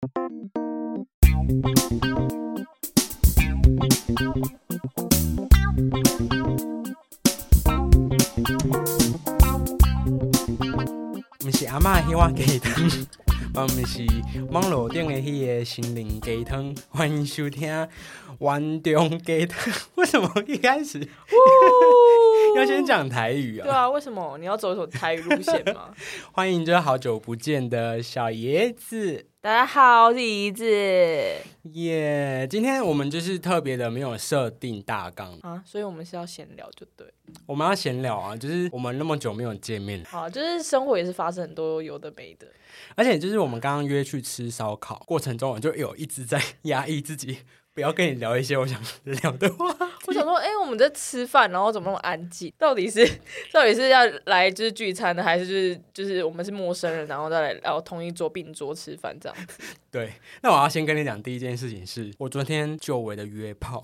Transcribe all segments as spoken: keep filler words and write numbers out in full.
不是阿嬷迄碗鸡汤，嘛不是网络顶的迄个心灵鸡汤。欢迎收听园中鸡汤。为什么一开始要先讲台语啊？ 对啊，为什么你要走一种台语路线吗？ 欢迎就是好久不见的小椰子。 大家好，我是椰子。 耶、yeah, 今天我们就是特别的没有设定大纲啊，所以我们是要闲聊就对。 我们要闲聊啊，就是我们那么久没有见面， 好，就是生活也是发生很多有的没的， 而且就是我们刚刚约去吃烧烤过程中，我就有一直在压抑自己，不要跟你聊一些我想聊的话。 我想说，哎、欸，我们在吃饭，然后怎么那么安静？到底是到底是要来就是聚餐的，还是就是就是我们是陌生人，然后再来然后同一桌并桌吃饭这样子？ 对，那我要先跟你讲，第一件事情是我昨天久违的约炮。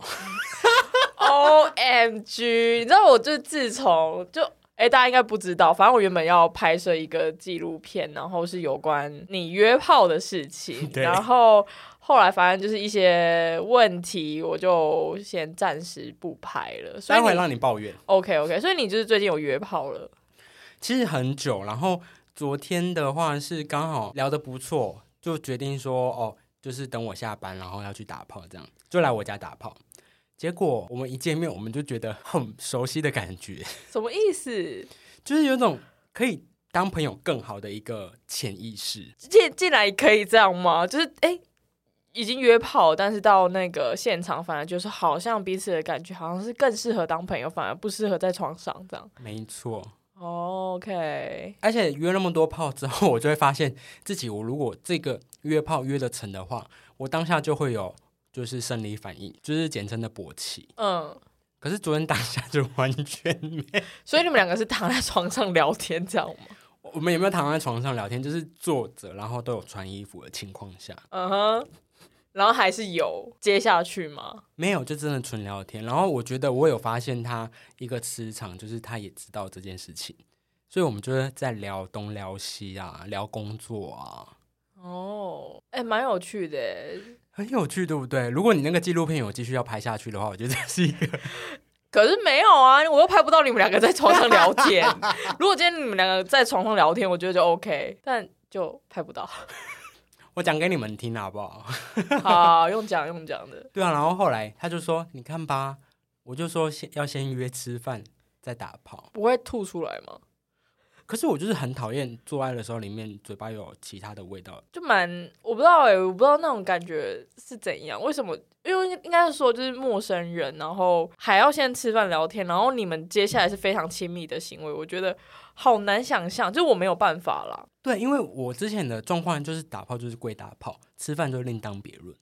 O M G！ 你知道我就自从就哎、欸，大家应该不知道，反正我原本要拍摄一个纪录片，然后是有关你约炮的事情，然后后来反正就是一些问题，我就先暂时不拍了。所以待会让你抱怨。 OK OK， 所以你就是最近有约炮了？ 其实很久，然后昨天的话是刚好聊得不错，就决定说哦，就是等我下班，然后要去打炮，这样就来我家打炮。结果我们一见面，我们就觉得很熟悉的感觉。 什么意思？ 就是有种可以当朋友更好的一个潜意识。 竟竟然可以这样吗？就是哎、欸，已经约炮，但是到那个现场，反而就是好像彼此的感觉，好像是更适合当朋友，反而不适合在床上这样。 没错。 Oh, OK， 而且约那么多炮之后，我就会发现自己，我如果这个约炮约得成的话，我当下就会有。就是生理反应，就是简称的勃起。嗯，可是昨天当下就完全没。 所以你们两个是躺在床上聊天这样吗？ 我们有没有躺在床上聊天？就是坐着，然后都有穿衣服的情况下。 嗯哼，然后还是有接下去吗？ 没有，就真的纯聊天。然后我觉得我有发现他一个磁场，就是他也知道这件事情，所以我们就是在聊东聊西啊，聊工作啊。 哦，哎、欸，蛮有趣的耶。 很有趣，对不对？如果你那个纪录片有继续要拍下去的话，我觉得这是一个。 可是没有啊，我又拍不到你们两个在床上聊天。如果今天你们两个在床上聊天，我觉得就 OK， 但就拍不到。 我讲给你们听好不好？ 好，用讲用讲的。 对啊，然后后来他就说：“你看吧。”我就说先要先约吃饭再打炮， 不会吐出来吗？ 可是我就是很讨厌做爱的时候里面嘴巴有其他的味道， 就蛮我不知道哎、欸，我不知道那种感觉是怎样，为什么？因为应该是说就是陌生人，然后还要先吃饭聊天，然后你们接下来是非常亲密的行为，我觉得好难想象，就我没有办法啦。 对，因为我之前的状况就是打炮就是归打炮，吃饭就另当别论。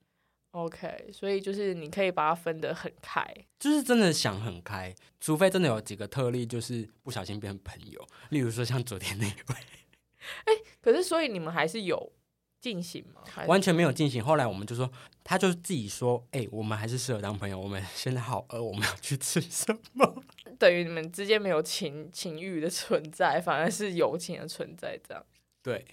OK， 所以就是你可以把它分得很开， 就是真的想很开，除非真的有几个特例，就是不小心变成朋友，例如说像昨天那一位。 哎、欸，可是所以你们还是有进行吗？ 完全没有进行。后来我们就说，他就自己说，哎、欸，我们还是适合当朋友。我们现在好饿，我们要去吃什么？ 等于你们之间没有情情欲的存在，反而是友情的存在，这样。 对。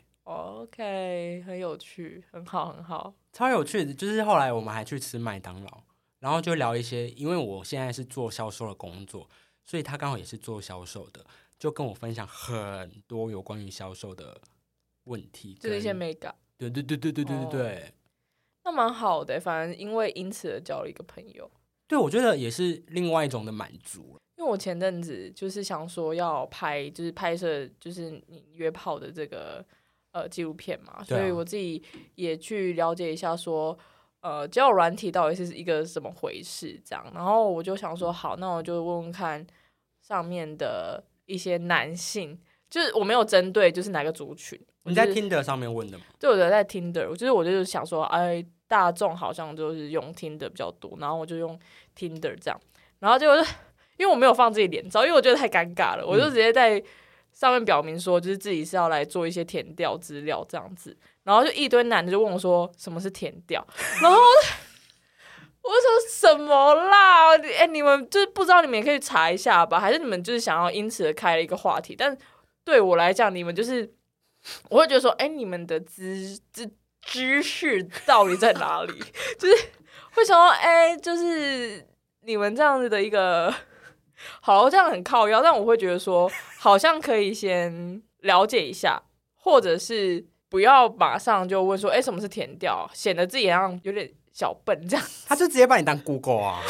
OK， 很有趣，很好，很好， 超有趣的。就是后来我们还去吃麦当劳，然后就聊一些，因为我现在是做销售的工作，所以他刚好也是做销售的，就跟我分享很多有关于销售的问题， 就是一些美感。 对对对对对对对对、哦， 那蛮好的，反正因为因此而交了一个朋友。 对，我觉得也是另外一种的满足。 因为我前阵子就是想说要拍，就是拍摄就是你约炮的这个。呃，纪录片嘛，所以我自己也去了解一下说，呃，交友软体到底是一个什么回事，这样。然后我就想说，好，那我就问问看上面的一些男性，就是我没有针对就是哪个族群。 你在 Tinder 上面问的吗？ 对，我在 Tinder， 就是我就是想说，哎，大众好像就是用 Tinder 比较多，然后我就用 Tinder 这样，然后结果就因为我没有放自己脸照，因为我觉得太尴尬了，我就直接在。上面表明说，就是自己是要来做一些填调资料这样子，然后就一堆男的就问我说什么是填调，然后我说什么啦？哎、欸，你们就是不知道，你们也可以查一下吧，还是你们就是想要因此而开了一个话题？但对我来讲，你们就是我会觉得说，哎、欸，你们的资资知识到底在哪里？就是会想到，哎、欸，就是你们这样子的一个，好，这样很靠腰，但我会觉得说，好像可以先了解一下，或者是不要马上就问说，哎、欸，什么是填调，显得自己好像有点小笨这样。 他就直接把你当 Google 啊。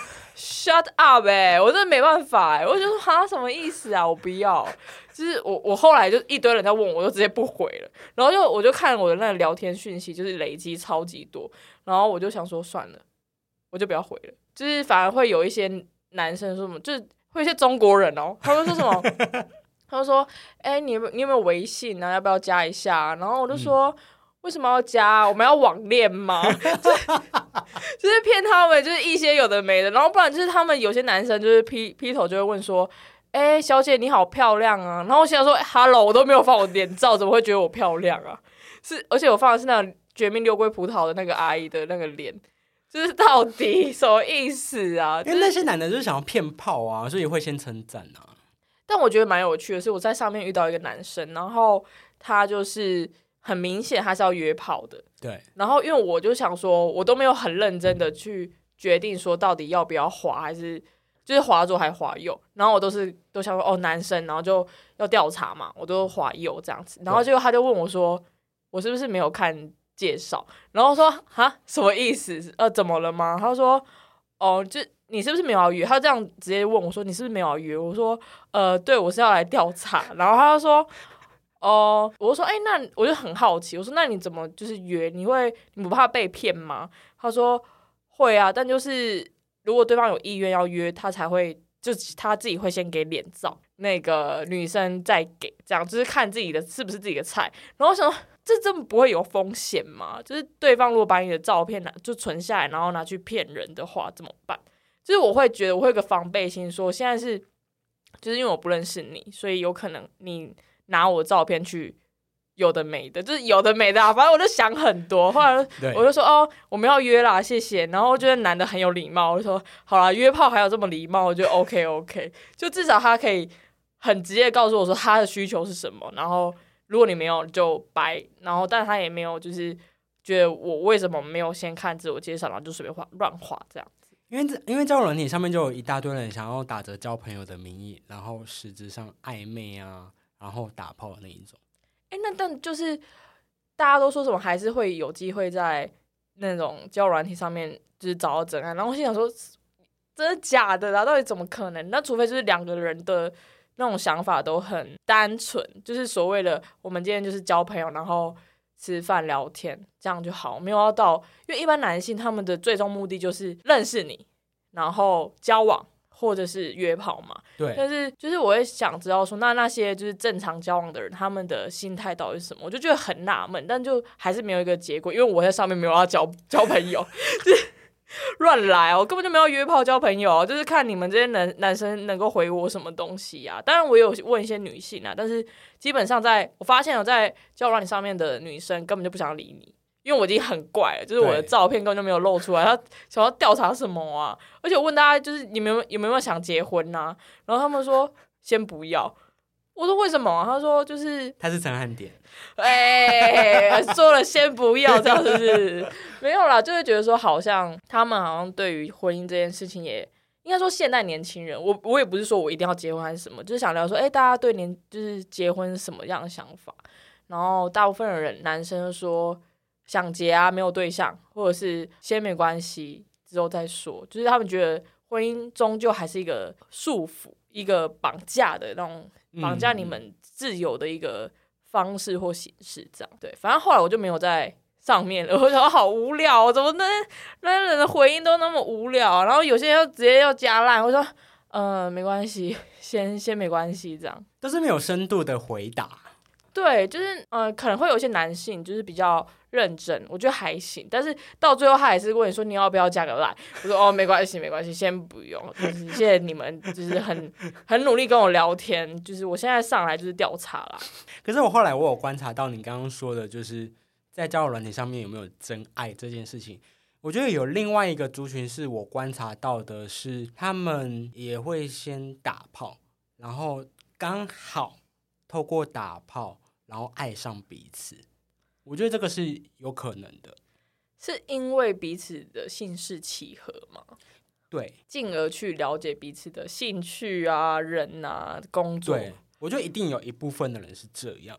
Shut up 哎、欸，我真的没办法哎、欸，我就说哈什么意思啊？我不要，就是我我后来就一堆人在问我，我就直接不回了。然后就我就看我的那个聊天讯息，就是累积超级多，然后我就想说算了，我就不要回了。就是反而会有一些男生说什么，就是会有一些中国人哦，他们说什么，他们说哎、欸，你有你有没有微信啊？要不要加一下？然后我就说。嗯为什么要加？我们要网恋吗？就是骗他们，就是一些有的没的，然后不然就是他们有些男生就是劈劈头就会问说：“哎、欸，小姐你好漂亮啊！”然后我想说、欸、：“Hello， 我都没有放我脸照，怎么会觉得我漂亮啊？”是，而且我放的是那种绝命六龟葡萄的那个阿姨的那个脸，就是到底什么意思啊？ 因为那些男的就是想要骗炮啊，所以会先称赞啊。 但我觉得蛮有趣的是，我在上面遇到一个男生，然后他就是很明显他是要约炮的， 对。 然后因为我就想说，我都没有很认真的去决定说到底要不要滑，还是就是滑左还滑右，然后我都是都想说哦男生，然后就要调查嘛，我都滑右这样子，然后结果他就问我说，我是不是没有看介绍？然后我说哈什么意思？呃怎么了吗？他说哦就。你是不是没有要约？他这样直接问我说：“你是不是没有要约？”我说：“呃，对，我是要来调查。”然后他就说：“哦、呃，我就说，哎、欸，那我就很好奇，我说那你怎么就是约？你会你不怕被骗嗎？”他說：“會啊，但就是如果對方有意願要約，他才會就他自己會先給臉照，那個女生再給，這樣就是看自己的是不是自己的菜。”然後我想說這真的不會有風險嗎？就是對方如果把你的照片拿就存下來，然後拿去騙人的話，怎麼辦？就是我會覺得我會有個防備心說，說現在是就是因為我不認識你，所以有可能你拿我的照片去有的沒的，就是有的沒的啊，反正我就想很多。後來我就說哦，我們要約啦，謝謝。然後我覺得男的很有禮貌，我就說好啦，約炮還有這麼禮貌，我覺得 OK OK， 就至少他可以很直接告訴我說他的需求是什麼。然後如果你沒有就掰，然後但他也沒有就是覺得我為什麼沒有先看自我介紹，然後就隨便畫亂畫這樣。 因為因為交友軟體上面就有一大堆人想要打着交朋友的名義，然後實質上曖昧啊，然後打炮的那一種。 哎，那但就是大家都說什麼還是會有機會在那種交友軟體上面就是找到真愛，然後我心想說真的假的啦？到底怎麼可能？那除非就是兩個人的那種想法都很單純，就是所謂的我們今天就是交朋友，然後吃飯聊天這樣就好，沒有要到，因為一般男性他們的最終目的就是認識你，然後交往或者是約炮嘛。 對。 但是就是我會想知道說，那那些就是正常交往的人，他們的心態到底是什麼？我就覺得很納悶，但就還是沒有一個結果，因為我在上面沒有要交交朋友，就是亂來，我根本就沒有約炮交朋友，就是看你們這些男男生能夠回我什麼東西啊。當然我有問一些女性啊，但是基本上在我發現有在交友軟體上面的女生根本就不想理你，因為我已經很怪了，就是我的照片根本就沒有露出來，他想要調查什麼啊？而且我問大家就是你們有，有沒有想結婚啊？然後他們說先不要。我說為什麼啊？他說就是他是陳漢典， 哎、欸，說了先不要，這樣子是沒有啦，就會覺得說好像他們好像對於婚姻這件事情也應該說現代年輕人，我我也不是說我一定要結婚還是什麼，就是想聊說，哎、欸，大家對年就是結婚是什麼樣的想法？然後大部分的人男生說想結啊，沒有對象，或者是先沒關係之後再說，就是他們覺得婚姻終究還是一個束縛，一個綁架的那種。綁架你們自由的一個方式或形式，這樣對。反正後來我就沒有在上面了，我覺得好無聊，怎麼那那人的回應都那麼無聊？然後有些人又直接要加爛，我說，呃，沒關係，先先沒關係，這樣都是沒有深度的回答。 對，就是呃，可能會有些男性就是比較認真，我覺得還行，但是到最後他還是問你說你要不要加個賴，我說哦，沒關係沒關係，先不用，就是謝謝你們，就是很很努力跟我聊天，就是我現在上來就是調查啦。 可是我後來我有觀察到你剛剛說的，就是在交友軟體上面有沒有真愛這件事情，我覺得有另外一個族群是我觀察到的是，他們也會先打炮，然後剛好透過打炮然後愛上彼此。 我觉得这个是有可能的。 是因为彼此的姓氏契合吗？ 对， 进而去了解彼此的兴趣啊、人啊、工作。 对，我觉得一定有一部分的人是这样。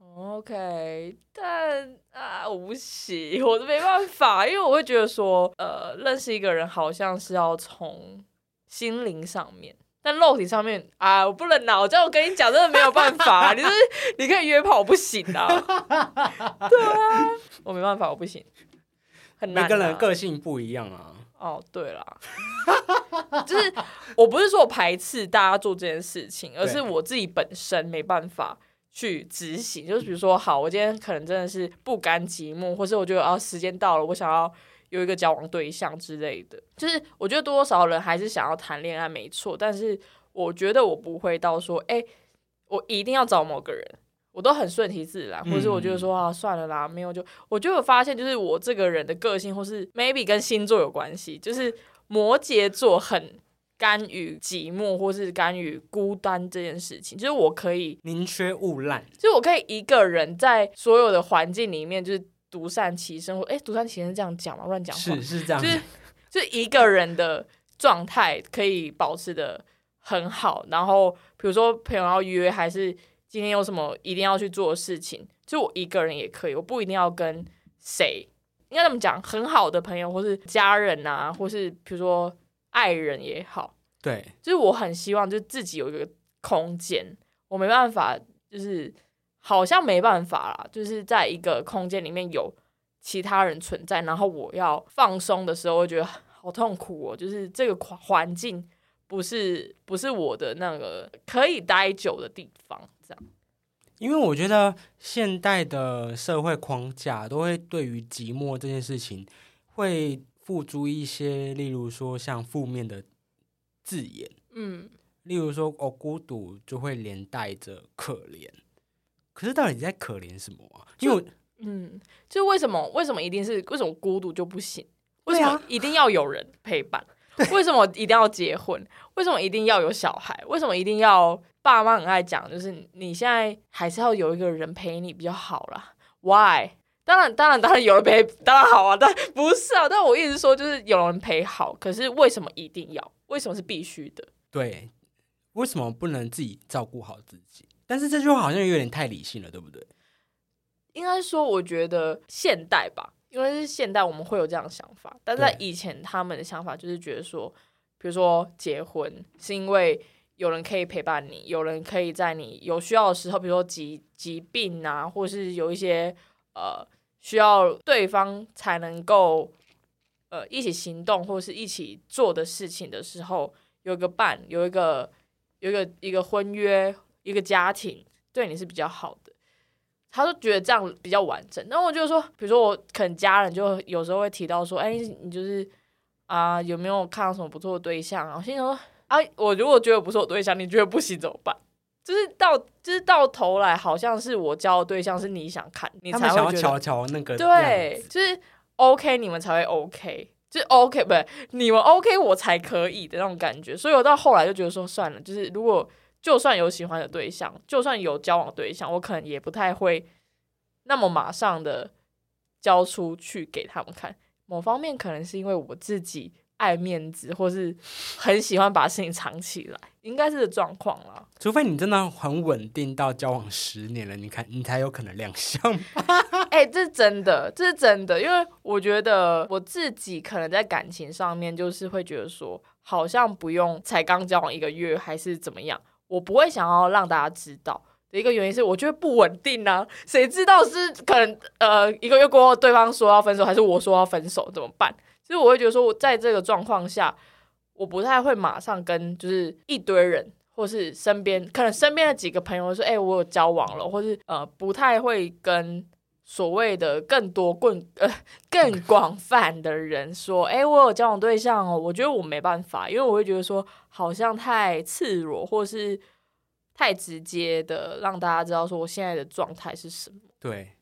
OK， 但啊，我不行，我都没办法，因为我会觉得说，呃，认识一个人好像是要从心灵上面，但肉体上面啊，我不能拿，我这样我跟你讲，真的没有办法。你是你可以约炮，我不行啊。对啊，我没办法，我不行，很难、啊。 每个人个性不一样啊。 哦，对啦，就是我不是说我排斥大家做这件事情，而是我自己本身没办法去执行。就是比如说，好，我今天可能真的是不甘寂寞，或是我觉得啊，时间到了，我想要有一个交往对象之类的。就是我觉得多多少少人还是想要谈恋爱，没错，但是我觉得我不会到说，哎、欸，我一定要找某个人。我都很顺其自然，或是我觉得说啊，算了啦，没有就，我就有发现，就是我这个人的个性，或是 maybe 跟星座有关系，就是摩羯座很甘于寂寞，或是甘于孤单这件事情，就是我可以宁缺毋滥， 就是我可以一个人在所有的环境里面，就是独善其身，或哎，独善其身这样讲吗？乱讲话， 是是这样， 就是就是一个人的状态可以保持的很好，然后比如说朋友要约，还是今天有什么一定要去做的事情，就我一个人也可以，我不一定要跟谁，应该怎么讲，很好的朋友或是家人啊，或是比如说爱人也好， 对， 就是我很希望就是自己有一个空间，我没办法，就是好像没办法啦，就是在一个空间里面有其他人存在，然后我要放松的时候，我觉得好痛苦哦，就是这个环境不是不是我的那个可以待久的地方，这样。 因为我觉得现代的社会框架都会对于寂寞这件事情会付诸一些，例如说像负面的字眼， 嗯， 例如说哦，孤独就会连带着可怜，可是到底你在可怜什么啊？因为我嗯，就为什么为什么一定是为什么孤独就不行？为什么一定要有人陪伴？为什么一定要结婚？为什么一定要有小孩？为什么一定要爸妈很爱讲，就是你现在还是要有一个人陪你比较好啦 Why？ 当然，当然，当然有人陪，当然好啊，但不是啊。但我一直说，就是有人陪好，可是为什么一定要？为什么是必须的？ 对，为什么不能自己照顾好自己？但是这句话好像有点太理性了，对不对？ 应该说，我觉得现代吧。因为是现代，我们会有这样的想法，但在以前他们的想法就是觉得说，比如说结婚是因为有人可以陪伴你，有人可以在你有需要的时候，比如说疾疾病啊，或是有一些呃需要对方才能够呃一起行动或是一起做的事情的时候，有一个伴，有一个有一个一个婚约，一个家庭对你是比较好的。他就觉得这样比较完整，然后我就说，比如说我可能家人就有时候会提到说，哎、欸，你就是啊、呃，有没有看到什么不错的对象啊？我心想说，啊，我如果觉得不错的对象，你觉得不行怎么办？就是到就是到头来，好像是我交的对象是你想看，你才会觉得他们想要瞧瞧那个对，就是 OK， 你们才会 OK， 就是 OK， 不是你们 OK， 我才可以的那种感觉。所以我到后来就觉得说，算了，就是如果。就算有喜欢的对象，就算有交往对象，我可能也不太会那么马上的交出去给他们看。某方面可能是因为我自己爱面子，或是很喜欢把事情藏起来，应该是这状况啦。 除非你真的很稳定到交往十年了，你看你才有可能亮相。 哎、欸，这是真的，这是真的，因为我觉得我自己可能在感情上面，就是会觉得说，好像不用才刚交往一个月还是怎么样。我不会想要让大家知道的一个原因是，我觉得不稳定啊，谁知道是可能呃一个月过后对方说要分手，还是我说要分手怎么办？所以我会觉得说，我在这个状况下，我不太会马上跟就是一堆人，或是身边可能身边的几个朋友说，哎、欸，我有交往了，或是呃不太会跟所谓的更多更呃更广泛的人说，哎、欸，我有交往对象哦。我觉得我没办法，因为我会觉得说，好像太赤裸，或是太直接的让大家知道说我现在的状态是什么。 对，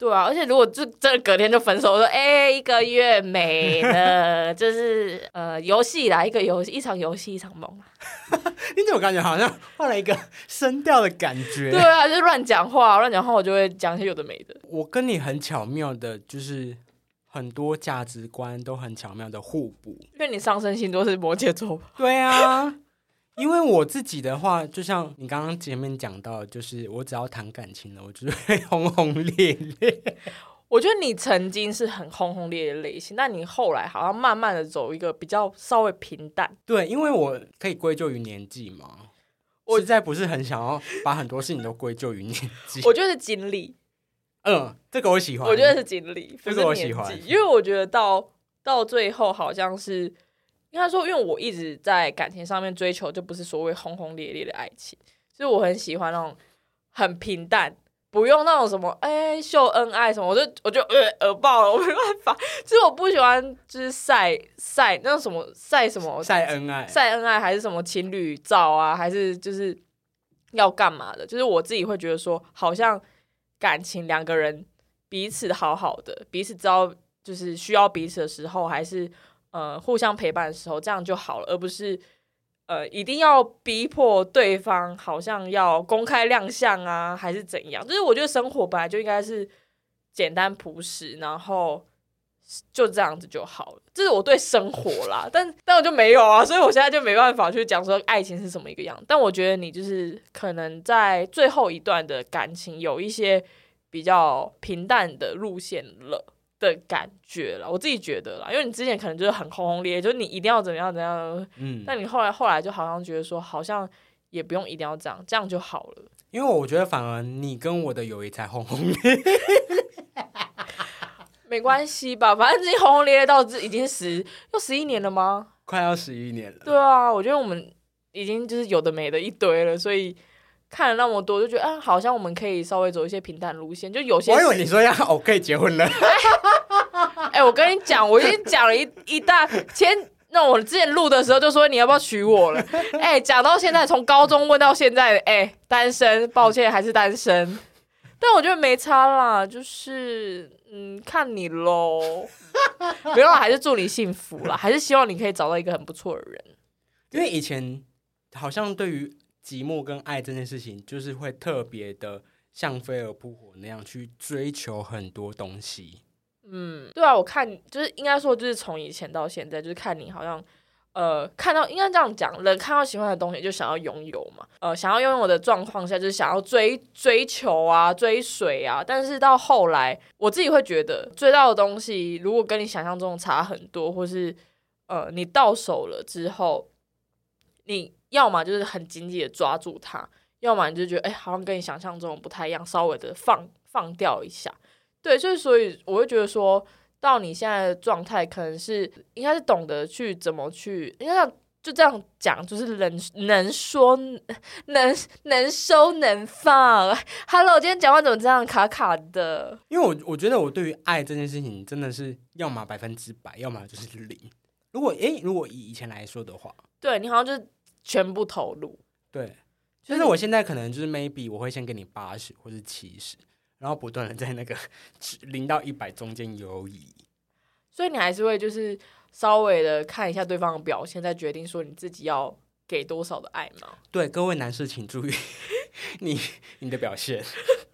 对啊，而且如果就真的隔天就分手，说哎、欸、一个月没了，就是呃游戏啦，一个游戏一场游戏一场梦。 你怎么感觉好像换了一个声调的感觉？ 对啊，就乱讲话，乱讲话我就会讲些有的没的。 我跟你很巧妙的，就是很多价值观都很巧妙的互补。 因为你上升星座是摩羯座吧？ 对啊。因为我自己的话，就像你刚刚前面讲到，就是我只要谈感情了，我就是会轰轰烈烈。 我觉得你曾经是很轰轰烈烈的类型，但你后来好像慢慢的走一个比较稍微平淡。 对，因为我可以归咎于年纪嘛，我实在不是很想要把很多事情都归咎于年纪。 我觉得是经历， 嗯，这个我喜欢。 我觉得是经历， 这个我喜欢， 因为我觉得到到最后好像是。应该说，因为我一直在感情上面追求，就不是所谓轰轰烈烈的爱情，所以我很喜欢那种很平淡，不用那种什么哎、欸、秀恩爱什么，我就我就呃耳爆了，我没办法，就是我不喜欢就是晒晒那种什么晒什么晒恩爱晒恩爱，还是什么情侣照啊，还是就是要干嘛的，就是我自己会觉得说，好像感情两个人彼此好好的，彼此知道就是需要彼此的时候，还是。呃，互相陪伴的时候，这样就好了，而不是呃，一定要逼迫对方，好像要公开亮相啊，还是怎样？就是我觉得生活本来就应该是简单朴实，然后就这样子就好了。这是我对生活啦，但但我就没有啊，所以我现在就没办法去讲说爱情是什么一个样。但我觉得你就是可能在最后一段的感情有一些比较平淡的路线了。的感觉啦，我自己觉得啦，因为你之前可能就是很轰轰烈烈，就是你一定要怎么样怎样，嗯，但你后来后来就好像觉得说，好像也不用一定要这样，这样就好了。 因为我觉得反而你跟我的友谊才轰轰烈烈， 没关系吧，反正自己轰轰烈烈到已经十要十一年了吗？ 快要十一年了。 对啊，我觉得我们已经就是有的没的一堆了，所以。看了那么多，就觉得啊，好像我们可以稍微走一些平淡路线。就有些， 我以为你说要哦，可以结婚了。 哎、欸，我跟你讲，我已经讲了一一大前，那我之前录的时候就说你要不要娶我了？哎、欸，讲到现在，从高中问到现在，哎、欸，单身，抱歉，还是单身。但我觉得没差啦，就是嗯，看你咯。没有啦，还是祝你幸福啦，还是希望你可以找到一个很不错的人。 因为以前好像对于。寂寞跟爱这件事情，就是会特别的像飞蛾扑火那样去追求很多东西。 嗯，对啊，我看就是应该说，就是从以前到现在，就是看你好像呃看到应该这样讲，人看到喜欢的东西就想要拥有嘛，呃，想要拥有的状况下，就是想要追追求啊、追随啊。但是到后来，我自己会觉得追到的东西，如果跟你想象中差很多，或是呃你到手了之后，你。要么就是很紧紧的抓住它，要么你就觉得哎、欸，好像跟你想象中不太一样，稍微的放放掉一下。对，就是所以我会觉得说到你现在的状态，可能是应该是懂得去怎么去，应该就这样讲，就是能能说能能收能放。Hello， 今天讲话怎么这样卡卡的？ 因为我我觉得我对于爱这件事情真的是要么百分之百，要么就是零。如果哎，如果以以前来说的话， 对你好像就是。全部投入， 对，就是我现在可能就是 maybe 我会先给你八十或是七十，然后不断的在那个零到一百中间游移， 所以你还是会就是稍微的看一下对方的表现，再决定说你自己要给多少的爱吗？ 对，各位男士请注意你你的表现。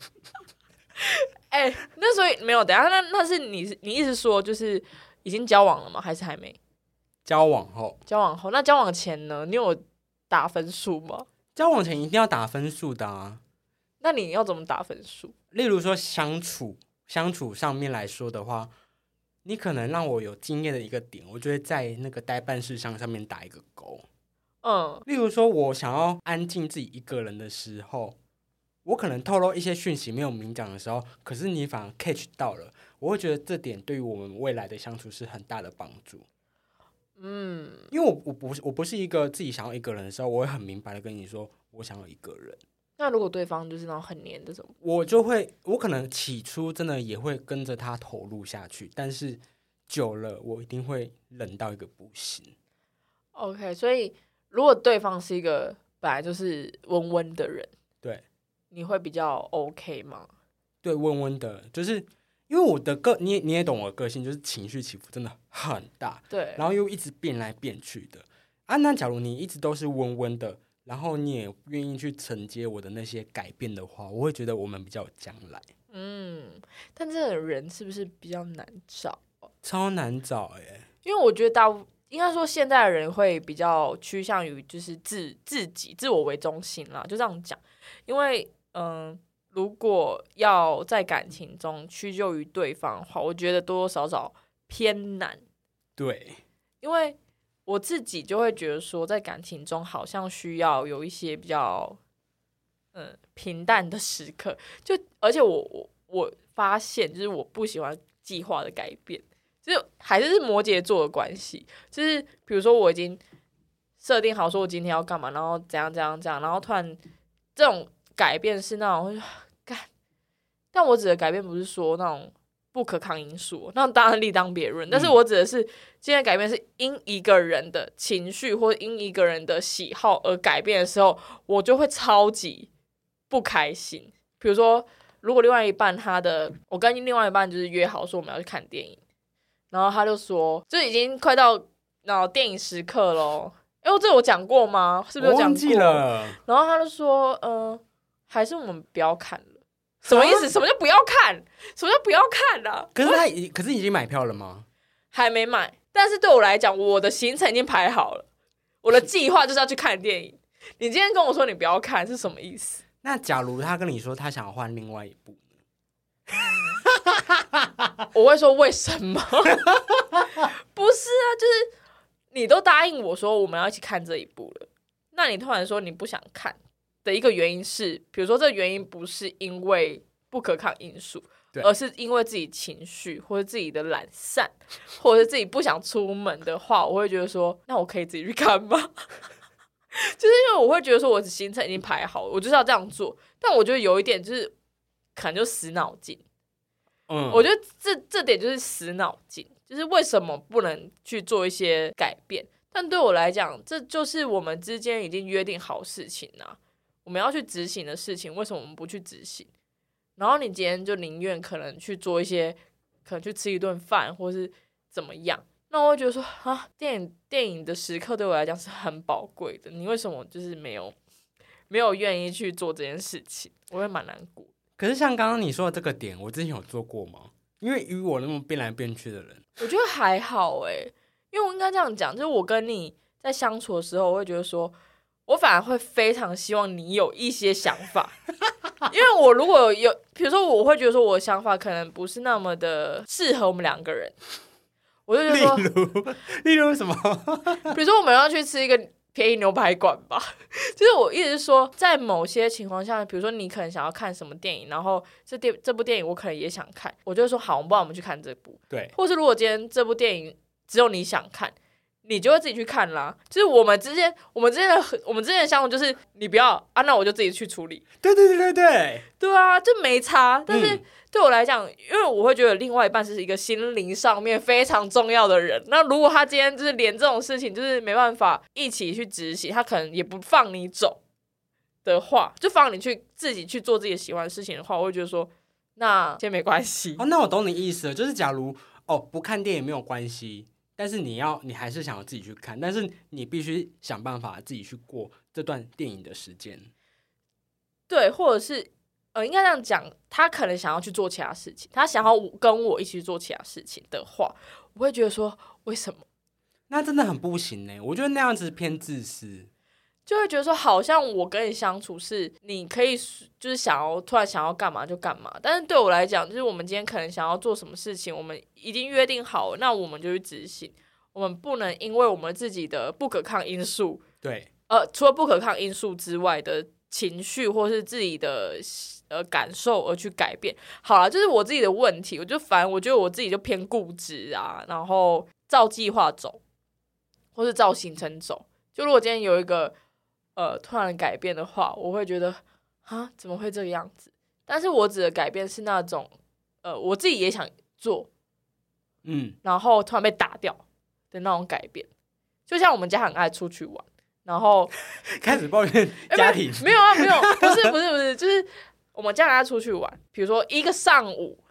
哎、欸，那所以没有，等一下那那是你你意思说就是已经交往了吗？还是还没？ 交往后， 交往后，那交往前呢？你有打分数吗？ 交往前一定要打分数的啊。 那你要怎么打分数？ 例如说相处相处上面来说的话，你可能让我有经验的一个点，我就会在那个待办事项上面打一个勾。嗯，例如说我想要安静自己一个人的时候，我可能透露一些讯息没有明讲的时候，可是你反而 catch 到了，我会觉得这点对于我们未来的相处是很大的帮助。嗯，因为我我不是我不是一个自己想要一个人的时候，我会很明白的跟你说我想要一个人。 那如果对方就是那种很黏的什么， 我就会我可能起初真的也会跟着他投入下去，但是久了我一定会冷到一个不行。 OK， 所以如果对方是一个本来就是温温的人， 对， 你会比较 OK 吗？ 对，温温的，就是因为我的个你也你也懂我的个性，就是情绪起伏真的很大， 对， 然后又一直变来变去的啊。那假如你一直都是温温的，然后你也愿意去承接我的那些改变的话，我会觉得我们比较有将来。 嗯，但这种人是不是比较难找？ 超难找哎、欸， 因为我觉得大应该说现在的人会比较趋向于就是自自己自我为中心啦，就这样讲。因为嗯、呃，如果要在感情中屈就于对方的话，我觉得多多少少偏难。 对， 因为我自己就会觉得说，在感情中好像需要有一些比较嗯平淡的时刻。就而且我我我发现，就是我不喜欢计划的改变。就还是摩羯座的关系，就是比如说我已经设定好说我今天要干嘛，然后怎样怎样怎样，然后突然这种改变是那种干，但我指的改变不是说那种不可抗因素，那当然另当别论。但是我指的是今天改变是因一个人的情绪或因一个人的喜好而改变的时候，我就会超级不开心。比如说，如果另外一半他的，我跟另外一半就是约好说我们要去看电影。然后他就说，就已经快到然后电影时刻咯。哎，我这我讲过吗？是不是有讲过？ 我忘记了。 然后他就说，嗯、呃，还是我们不要看了。什么意思？什么叫不要看？什么叫不要看啊？ 可是他已，可是已经买票了吗？ 还没买。但是对我来讲，我的行程已经排好了，我的计划就是要去看电影。你今天跟我说你不要看是什么意思？ 那假如他跟你说他想要换另外一部？ 我会说为什么？不是啊，就是你都答应我说我们要一起看这一部了，那你突然说你不想看的一个原因是，比如说这个原因不是因为不可抗因素，而是因为自己情绪或者自己的懒散，或者是自己不想出门的话，我会觉得说，那我可以自己去看吗？就是因为我会觉得说我的行程已经排好了，我就是要这样做，但我觉得有一点就是可能就死脑筋。嗯，我觉得这这点就是死脑筋，就是为什么不能去做一些改变？但对我来讲，这就是我们之间已经约定好事情啊，我们要去执行的事情，为什么我们不去执行？然后你今天就宁愿可能去做一些，可能去吃一顿饭，或是怎么样？那我会觉得说啊，电影电影的时刻对我来讲是很宝贵的，你为什么就是没有没有愿意去做这件事情？我会蛮难过。 可是像刚刚你说的这个点，我之前有做过吗？因为与我那么变来变去的人， 我觉得还好哎、欸，因为我应该这样讲，就是我跟你在相处的时候，我会觉得说，我反而会非常希望你有一些想法，因为我如果有，比如说我会觉得说我的想法可能不是那么的适合我们两个人，我就觉得说， 例如例如什么？ 比如说我们要去吃一个便宜牛排馆吧，就是我一直是说，在某些情况下，比如说你可能想要看什么电影，然后这电这部电影我可能也想看，我就会说好，我们不然我们去看这部。 对， 或是如果今天这部电影只有你想看，你就会自己去看啦。就是我们之间，我们之间的我们之间的相处就是你不要啊，那我就自己去处理。 对对对对对， 对啊，就没差。但是、 嗯、 对我来讲，因为我会觉得另外一半是一个心灵上面非常重要的人。那如果他今天就是连这种事情就是没办法一起去执行，他可能也不放你走的话，就放你去自己去做自己喜欢的事情的话，我会觉得说，那先没关系。 哦，那我懂你意思了，就是假如哦不看电影没有关系，但是你要你还是想要自己去看，但是你必须想办法自己去过这段电影的时间。 对，或者是呃，应该这样讲，他可能想要去做其他事情，他想要跟我一起去做其他事情的话，我会觉得说，为什么？ 那真的很不行呢，我觉得那样子偏自私。 就会觉得说，好像我跟你相处是你可以就是想要突然想要干嘛就干嘛，但是对我来讲，就是我们今天可能想要做什么事情，我们已经约定好了，那我们就去执行。我们不能因为我们自己的不可抗因素， 对， 呃，除了不可抗因素之外的情绪或是自己的呃感受而去改变。好啦，就是我自己的问题，我就反正我觉得我自己就偏固执啊，然后照计划走，或是照行程走。就如果今天有一个呃突然改变的话，我会觉得啊怎么会这个样子？但是我指的改变是那种呃我自己也想做，嗯，然后突然被打掉的那种改变。就像我们家很爱出去玩，然后开始抱怨家庭、 欸、没有啊没有，不是不是不是，就是我们家很爱出去玩，比如说一个上午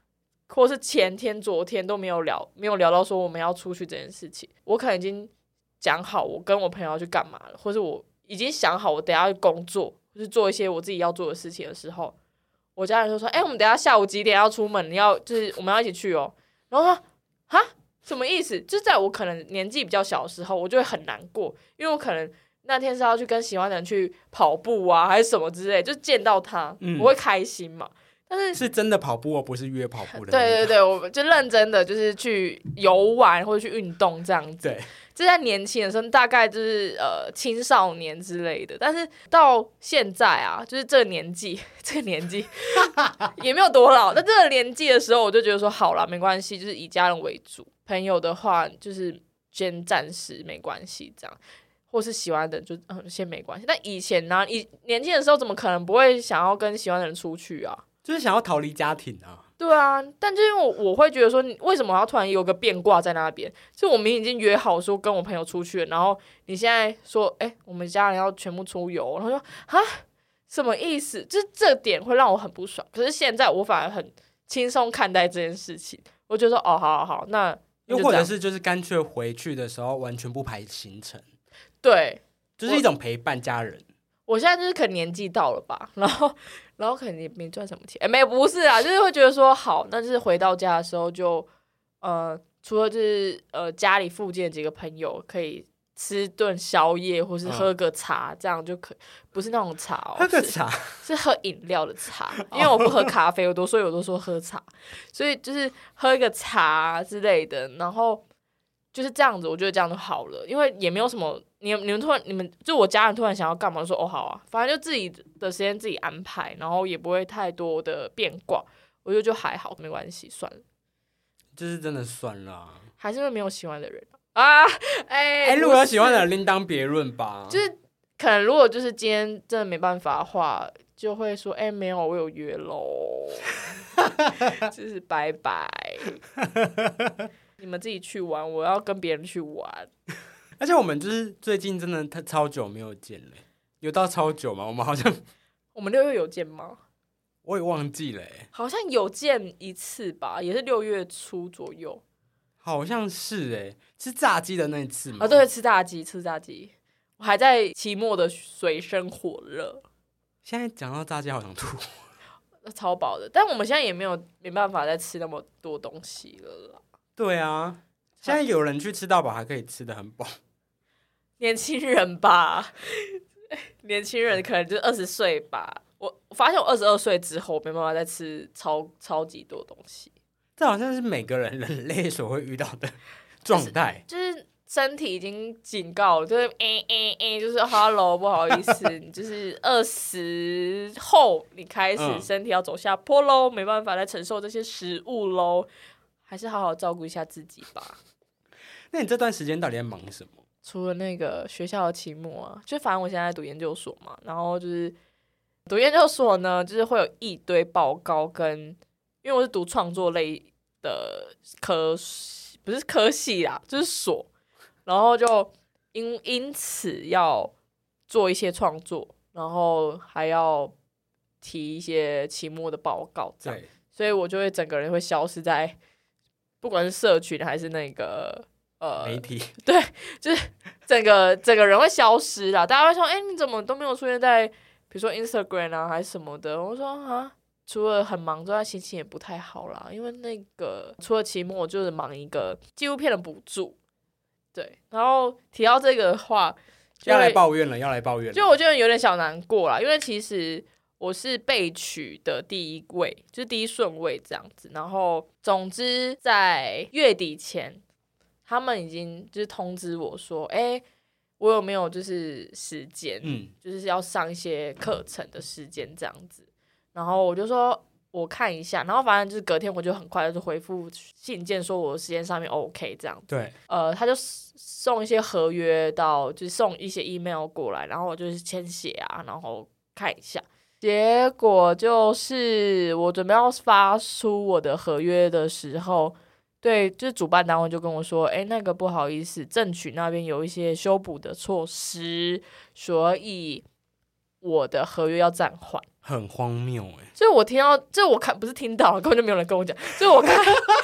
或是前天昨天都没有聊没有聊到说我们要出去这件事情，我可能已经讲好我跟我朋友要去干嘛了，或是我已经想好我等一下去工作或是做一些我自己要做的事情的时候，我家人就说哎、欸，我们等一下下午几点要出门，你要就是我们要一起去哦，然后说哈什么意思，就是在我可能年纪比较小的时候我就会很难过，因为我可能那天是要去跟喜欢的人去跑步啊还是什么之类，就见到他、嗯、我会开心嘛，但是是真的跑步哦，不是约跑步的。 对对对，我们就认真的就是去游玩或者去运动这样子。 对， 这在年轻的时候大概就是呃青少年之类的，但是到现在啊，就是这个年纪，这个年纪也没有多老。但这个年纪的时候，我就觉得说好啦，没关系，就是以家人为主。朋友的话，就是先暂时没关系这样。或是喜欢的就嗯先没关系，但以前呢、啊，以年轻的时候怎么可能不会想要跟喜欢的人出去啊？ 就是想要逃离家庭啊。 对啊，但就因为我我会觉得说，你为什么要突然有个变卦在那边？就我们已经约好说跟我朋友出去了，然后你现在说，哎、欸，我们家人要全部出游，然后说啊，什么意思？就是这点会让我很不爽。可是现在我反而很轻松看待这件事情，我就说哦，好好好，那又或者是就是干脆回去的时候完全不排行程。 对， 就是一种陪伴家人。 我, 我现在就是可能年纪到了吧，然后然后可能也没赚什么钱，哎、欸，没不是啊，就是会觉得说好，那就是回到家的时候就呃，除了就是呃家里附近的几个朋友可以吃顿宵夜，或是喝个茶，嗯、这样就可以，不是那种茶哦， 喝个茶是, 是喝饮料的茶，因为我不喝咖啡，我都所以我都说喝茶，所以就是喝一个茶之类的，然后。就是这样子，我觉得这样就好了，因为也没有什么，你你们突然你们就我家人突然想要干嘛，就说哦好啊，反正就自己的时间自己安排，然后也不会太多的变卦，我觉得就还好，没关系，算了。 就是真的算了、啊， 还是因为没有喜欢的人啊，哎、欸、 哎，如果有喜欢的人另当别论吧。 就是可能如果就是今天真的没办法的话，就会说哎、欸、没有，我有约喽，就是拜拜。你们自己去玩，我要跟别人去玩。 而且我们就是最近真的超久没有见了，有到超久吗？我们好像我们六月有见吗？ 我也忘记了， 好像有见一次吧，也是六月初左右。 好像是哎，吃炸鸡的那一次吗？ 啊，对，吃炸鸡，吃炸鸡。我还在期末的水深火热。 现在讲到炸鸡，好想吐， 超饱的。但我们现在也没有没办法再吃那么多东西了啦。 对啊，现在有人去吃到饱还可以吃得很饱。 年轻人吧，年轻人可能就二十岁吧。我我发现我二十二岁之后没办法再吃超超级多东西。 这好像是每个人人类所会遇到的状态， 就是、就是身体已经警告了，就是诶诶诶，就是 hello 不好意思，你就是二十后你开始身体要走下坡喽、嗯，没办法再承受这些食物喽。还是好好照顾一下自己吧。 那你这段时间到底在忙什么？ 除了那个学校的期末啊，就反正我现在在读研究所嘛，然后就是读研究所呢，就是会有一堆报告跟，因为我是读创作类的科，不是科系啦，就是所，然后就因因此要做一些创作，然后还要提一些期末的报告，这样，所以我就会整个人会消失在。不管是社群还是那个呃媒体， 对，就是整个整个人会消失啦。大家会说：“哎、欸，你怎么都没有出现在比如说 Instagram 啊，还是什么的？”我说：“啊，除了很忙之外，心情也不太好啦。因为那个除了期末，就是忙一个纪录片的补助。对，然后提到这个的话， 要来抱怨了，要来抱怨了。 就我觉得有点小难过啦，因为其实。我是被取的第一位，就是第一顺位这样子。然后，总之在月底前，他们已经就是通知我说，哎、欸，我有没有就是时间，嗯，就是要上一些课程的时间这样子。然后我就说我看一下，然后反正就是隔天我就很快就回复信件说我的时间上面 OK 这样子。 对， 呃，他就送一些合约到，就是送一些 email 过来，然后我就是签写啊，然后看一下。结果就是我准备要发出我的合约的时候，对，就是主办单位就跟我说，哎，那个不好意思，正取那边有一些修补的措施，所以我的合约要暂缓。 很荒谬哎、欸！ 所以我听到，就我看不是听到，根本就没有人跟我讲。所以我看，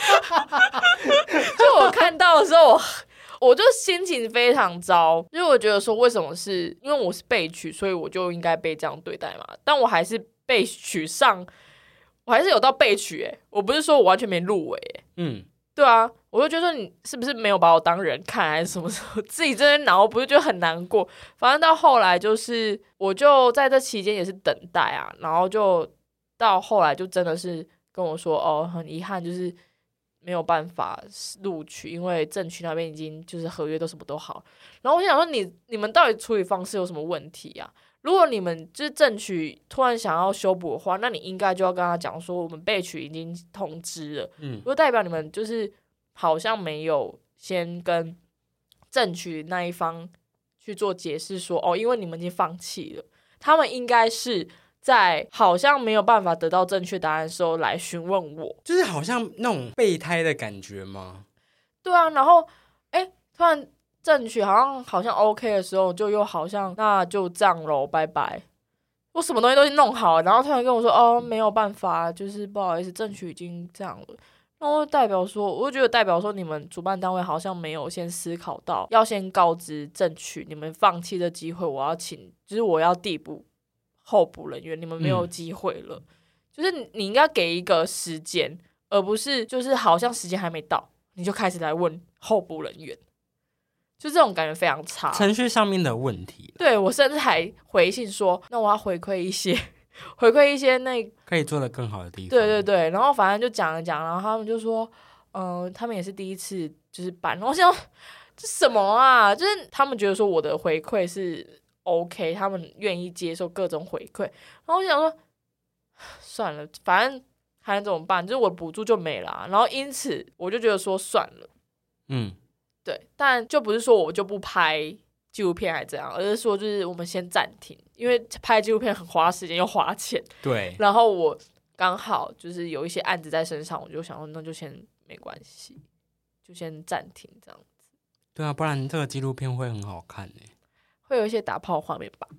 就我看到的时候，我我就心情非常糟，因为我觉得说，为什么是因为我是被取，所以我就应该被这样对待嘛？但我还是被取上，我还是有到被取哎、欸，我不是说我完全没入围哎、欸，嗯，对啊，我就觉得说你是不是没有把我当人看，还是什么时候自己这边挠，不是就很难过？反正到后来就是，我就在这期间也是等待啊，然后就到后来就真的是跟我说，哦，很遗憾，就是没有办法录取，因为政区那边已经就是合约都什么都好。然后我想说你，你你们到底处理方式有什么问题啊？如果你们就是政区突然想要修补的话，那你应该就要跟他讲说，我们备取已经通知了，嗯，就代表你们就是好像没有先跟政区那一方去做解释说，哦，因为你们已经放弃了，他们应该是在好像没有办法得到正确答案的时候来询问我， 就是好像那种备胎的感觉吗？ 对啊，然后哎，突然正取好像好像 OK 的时候，就又好像那就这样咯，拜拜。我什么东西都弄好了，然后突然跟我说哦没有办法，就是不好意思，正取已经这样了。然后代表说，我就觉得代表说你们主办单位好像没有先思考到，要先告知正取你们放弃的机会，我要请，就是我要递补候补人员，你们没有机会了。嗯、就是你应该给一个时间，而不是就是好像时间还没到，你就开始来问候补人员。就这种感觉非常差， 程序上面的问题。 对，我甚至还回信说，那我要回馈一些，回馈一些那可以做得更好的地方。 对对对，然后反正就讲了讲，然后他们就说，嗯、呃，他们也是第一次就是办，然后我想这什么啊？就是他们觉得说我的回馈是 OK， 他们愿意接受各种回馈，然后我想说，算了，反正还能怎么办？就是我的补助就没了、啊，然后因此我就觉得说算了，嗯。对，但就不是说我就不拍纪录片还这样，而是说就是我们先暂停，因为拍纪录片很花时间又花钱。 对， 然后我刚好就是有一些案子在身上，我就想说那就先没关系，就先暂停这样子。 对啊，不然这个纪录片会很好看耶， 会有一些打炮画面吧。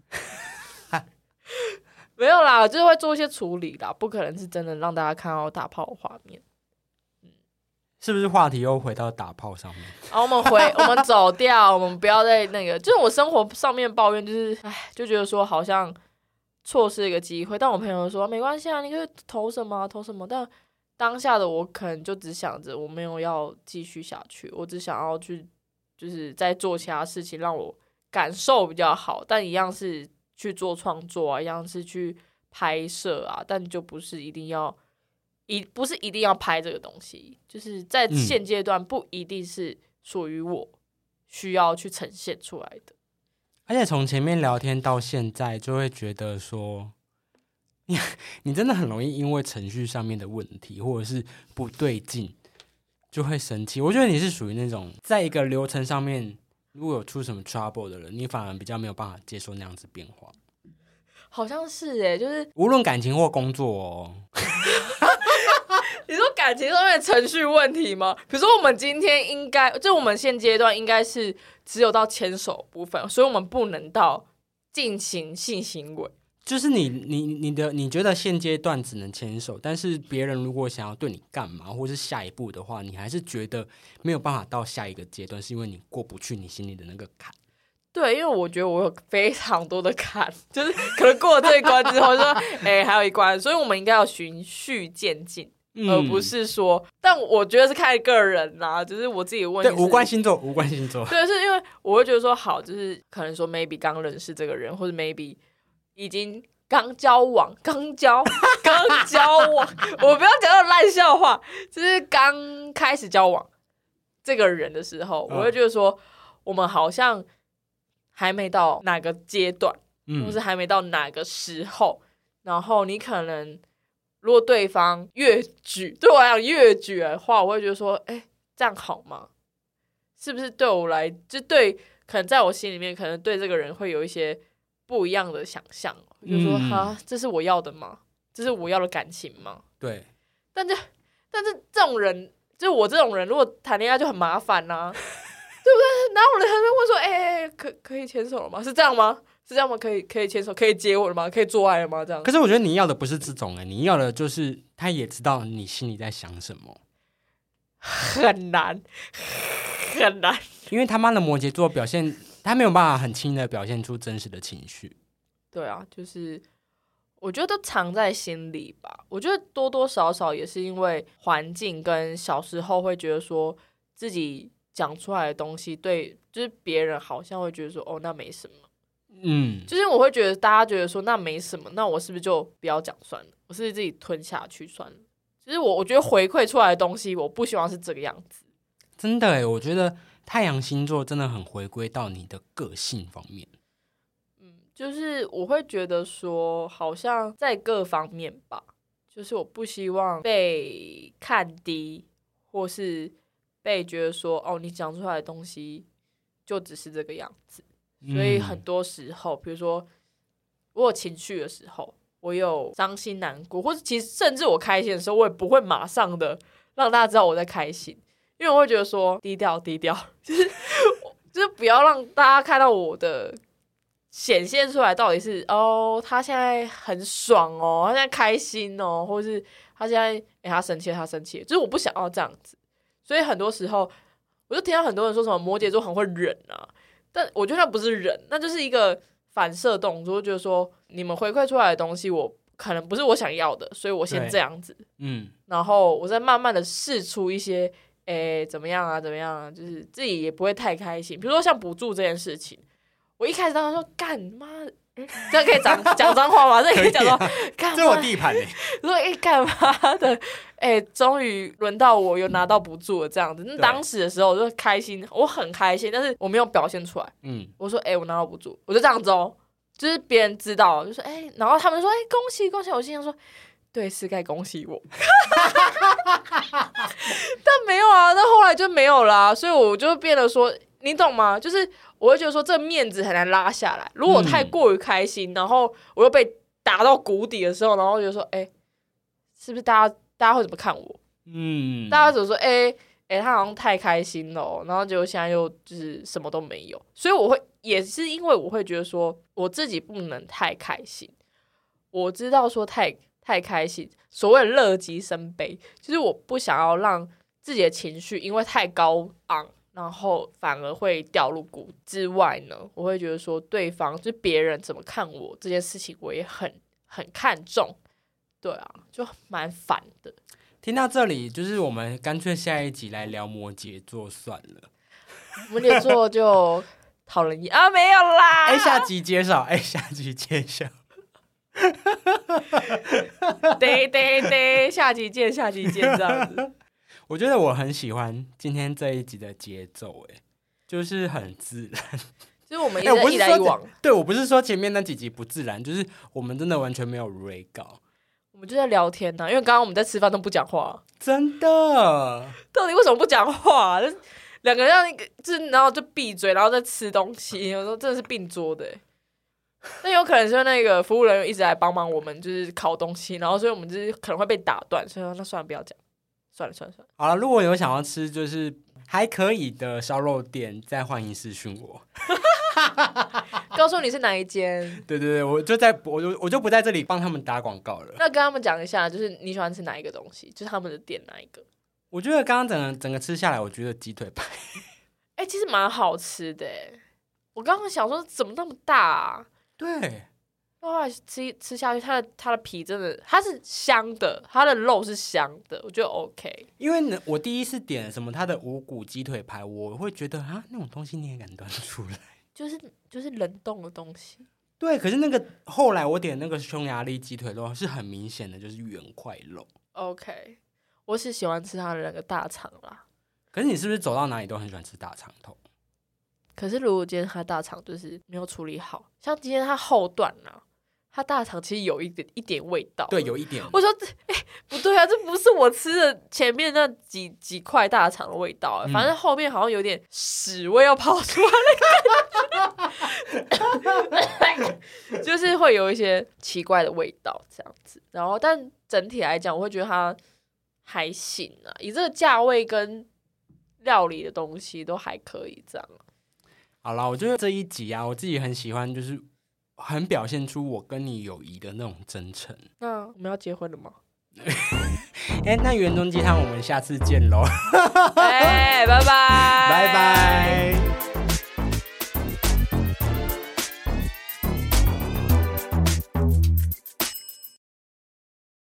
没有啦，就是会做一些处理啦，不可能是真的让大家看到打炮画面。 是不是话题又回到打炮上面？ 然后我们回，我们走掉，我们不要再那个。就是我生活上面抱怨，就是唉，就觉得说好像错失一个机会。但我朋友说没关系啊，你可以投什么、啊、投什么。但当下的我可能就只想着我没有要继续下去，我只想要去就是在做其他事情，让我感受比较好。但一样是去做创作啊，一样是去拍摄啊，但就不是一定要。一不是一定要拍这个东西，就是在现阶段不一定是属于我需要去呈现出来的。 而且从前面聊天到现在，就会觉得说，你你真的很容易因为程序上面的问题或者是不对劲，就会生气。我觉得你是属于那种在一个流程上面，如果有出什么 trouble 的人，你反而比较没有办法接受那样子变化。 好像是耶，就是无论感情或工作哦。 你说感情上面的程序问题吗？比如说我们今天应该，就我们现阶段应该是只有到牵手部分，所以我们不能到进行性行为。 就是你你你的你觉得现阶段只能牵手，但是别人如果想要对你干嘛，或是下一步的话，你还是觉得没有办法到下一个阶段，是因为你过不去你心里的那个坎。 对，因为我觉得我有非常多的坎，就是可能过了这一关之后说，哎、欸，还有一关，所以我们应该要循序渐进。嗯、而不是说，但我觉得是看个人啦，就是我自己问题是， 对，无关星座，无关星座。 对，是因为我会觉得说，好，就是可能说 maybe 刚认识这个人，或者 maybe 已经刚交往，刚交，刚交往，我不要讲那种烂笑话，就是刚开始交往这个人的时候，我会觉得说，我们好像还没到哪个阶段，嗯、或是还没到哪个时候，然后你可能。如果对方越矩，对我来讲越矩的话，我会觉得说，哎、欸，这样好吗？是不是对我来，就对，可能在我心里面，可能对这个人会有一些不一样的想象，就说，哈、嗯，这是我要的吗？这是我要的感情吗？ 对。 但是，但是这种人，就我这种人，如果谈恋爱就很麻烦呐、啊，对不对？然后我的人会问说，哎、欸，可可以牵手了吗？是这样吗？ 是这样吗？可以可以牵手，可以接吻了吗？可以做爱了吗？这样。 可是我觉得你要的不是这种哎、欸，你要的就是他也知道你心里在想什么， 很难很难， 因为他妈的摩羯座表现，他没有办法很轻易的表现出真实的情绪。 对啊，就是我觉得都藏在心里吧。我觉得多多少少也是因为环境跟小时候会觉得说自己讲出来的东西对，就是别人好像会觉得说哦那没什么。 嗯， 就是我会觉得大家觉得说那没什么，那我是不是就不要讲算了？我是不是自己吞下去算了？就是我我觉得回馈出来的东西，我不希望是这个样子。 真的耶，我觉得太阳星座真的很回归到你的个性方面。 嗯，就是我会觉得说，好像在各方面吧，就是我不希望被看低，或是被觉得说哦，你讲出来的东西就只是这个样子。所以很多时候，比如说我有情绪的时候，我有伤心难过，或者其实甚至我开心的时候，我也不会马上的让大家知道我在开心，因为我会觉得说低调低调，就是就是不要让大家看到我的显现出来到底是哦，他现在很爽哦，他现在开心哦，或是他现在哎、欸、他生气了他生气了，就是我不想要这样子。所以很多时候我就听到很多人说什么摩羯座很会忍啊。但我觉得那不是忍，那就是一个反射动作，就觉得说你们回馈出来的东西，我可能不是我想要的，所以我先这样子，嗯，然后我再慢慢的试出一些，诶，怎么样啊，怎么样啊，就是自己也不会太开心。比如说像补助这件事情，我一开始当时说干妈。这可以讲讲脏话吗？这可以讲说，干、啊、 这我地盘哎、欸！ 我说哎，干嘛的？哎，终于轮到我有拿到补助了，这样子。那当时的时候我就开心，我很开心，但是我没有表现出来。嗯，我说哎，我拿到补助，我就这样子哦，就是别人知道，就说哎，然后他们说哎，恭喜恭喜！我心想说，对，是该恭喜我，但没有啊，那后来就没有啦、啊，所以我就变得说，你懂吗？就是我会觉得说，这面子很难拉下来。如果我太过于开心，嗯、然后我又被打到谷底的时候，然后我就说，哎、欸，是不是大家大家会怎么看我？嗯，大家怎么说？哎、欸、哎、欸，他好像太开心了、喔，然后结果现在又就是什么都没有。所以我会也是因为我会觉得说，我自己不能太开心。我知道说太太开心，所谓的乐极生悲，就是我不想要让自己的情绪因为太高昂。然后反而会掉入谷之外呢，我会觉得说对方就别人怎么看我这件事情，我也很很看重，对啊，就蛮烦的。 听到这里，就是我们干脆下一集来聊摩羯座算了。 摩羯座就讨人厌啊，没有啦。 哎，下集介绍，哎，下集介绍。 对对对，下集见，下集见，这样子。 我觉得我很喜欢今天这一集的节奏，哎，就是很自然， 就是我们一直一来一往。 对，我不是说前面那几集不自然，就是我们真的完全没有 re 稿， 我们就在聊天呢、啊。因为刚刚我们在吃饭都不讲话， 真的。 到底为什么不讲话、啊？两个人就是然后就闭嘴，然后再吃东西，有时候真的是并桌的。那有可能是那个服务人员一直来帮忙我们，就是烤东西，然后所以我们就是可能会被打断，所以那算了，不要讲。算了算了算了， 好了，如果有想要吃就是还可以的烧肉店，再欢迎私讯我， 告诉你是哪一间。 对对对，我就在我就我就不在这里帮他们打广告了。 那跟他们讲一下，就是你喜欢吃哪一个东西，就是他们的店哪一个？ 我觉得刚刚整个整个吃下来，我觉得鸡腿排， 哎、欸，其实蛮好吃的。我刚刚想说怎么那么大啊？ 对。 后来吃吃下去，它的它的皮真的，它是香的，它的肉是香的，我觉得 OK。 因为呢，我第一次点什么它的五谷鸡腿排，我会觉得啊，那种东西你也敢端出来？ 就是就是冷冻的东西。 对，可是那个后来我点那个匈牙利鸡腿肉是很明显的，就是原块肉。 OK， 我是喜欢吃它的那个大肠啦。 可是你是不是走到哪里都很喜欢吃大肠头？ 可是如果今天它大肠就是没有处理好，像今天它后段啊。它大肠其实有一点一点味道， 对，有一点。 我说，哎、欸，不对啊，这不是我吃的前面那几几块大肠的味道、欸，反正后面好像有点屎味要跑出来的感觉，就是会有一些奇怪的味道这样子。然后，但整体来讲，我会觉得它还行啊，以这个价位跟料理的东西都还可以这样。 好啦，我觉得这一集啊，我自己很喜欢，就是。 很表现出我跟你友谊的那种真诚。 那我们要结婚了吗？ 哎，那元中鸡汤我们下次见喽。 哎，拜拜， 拜拜。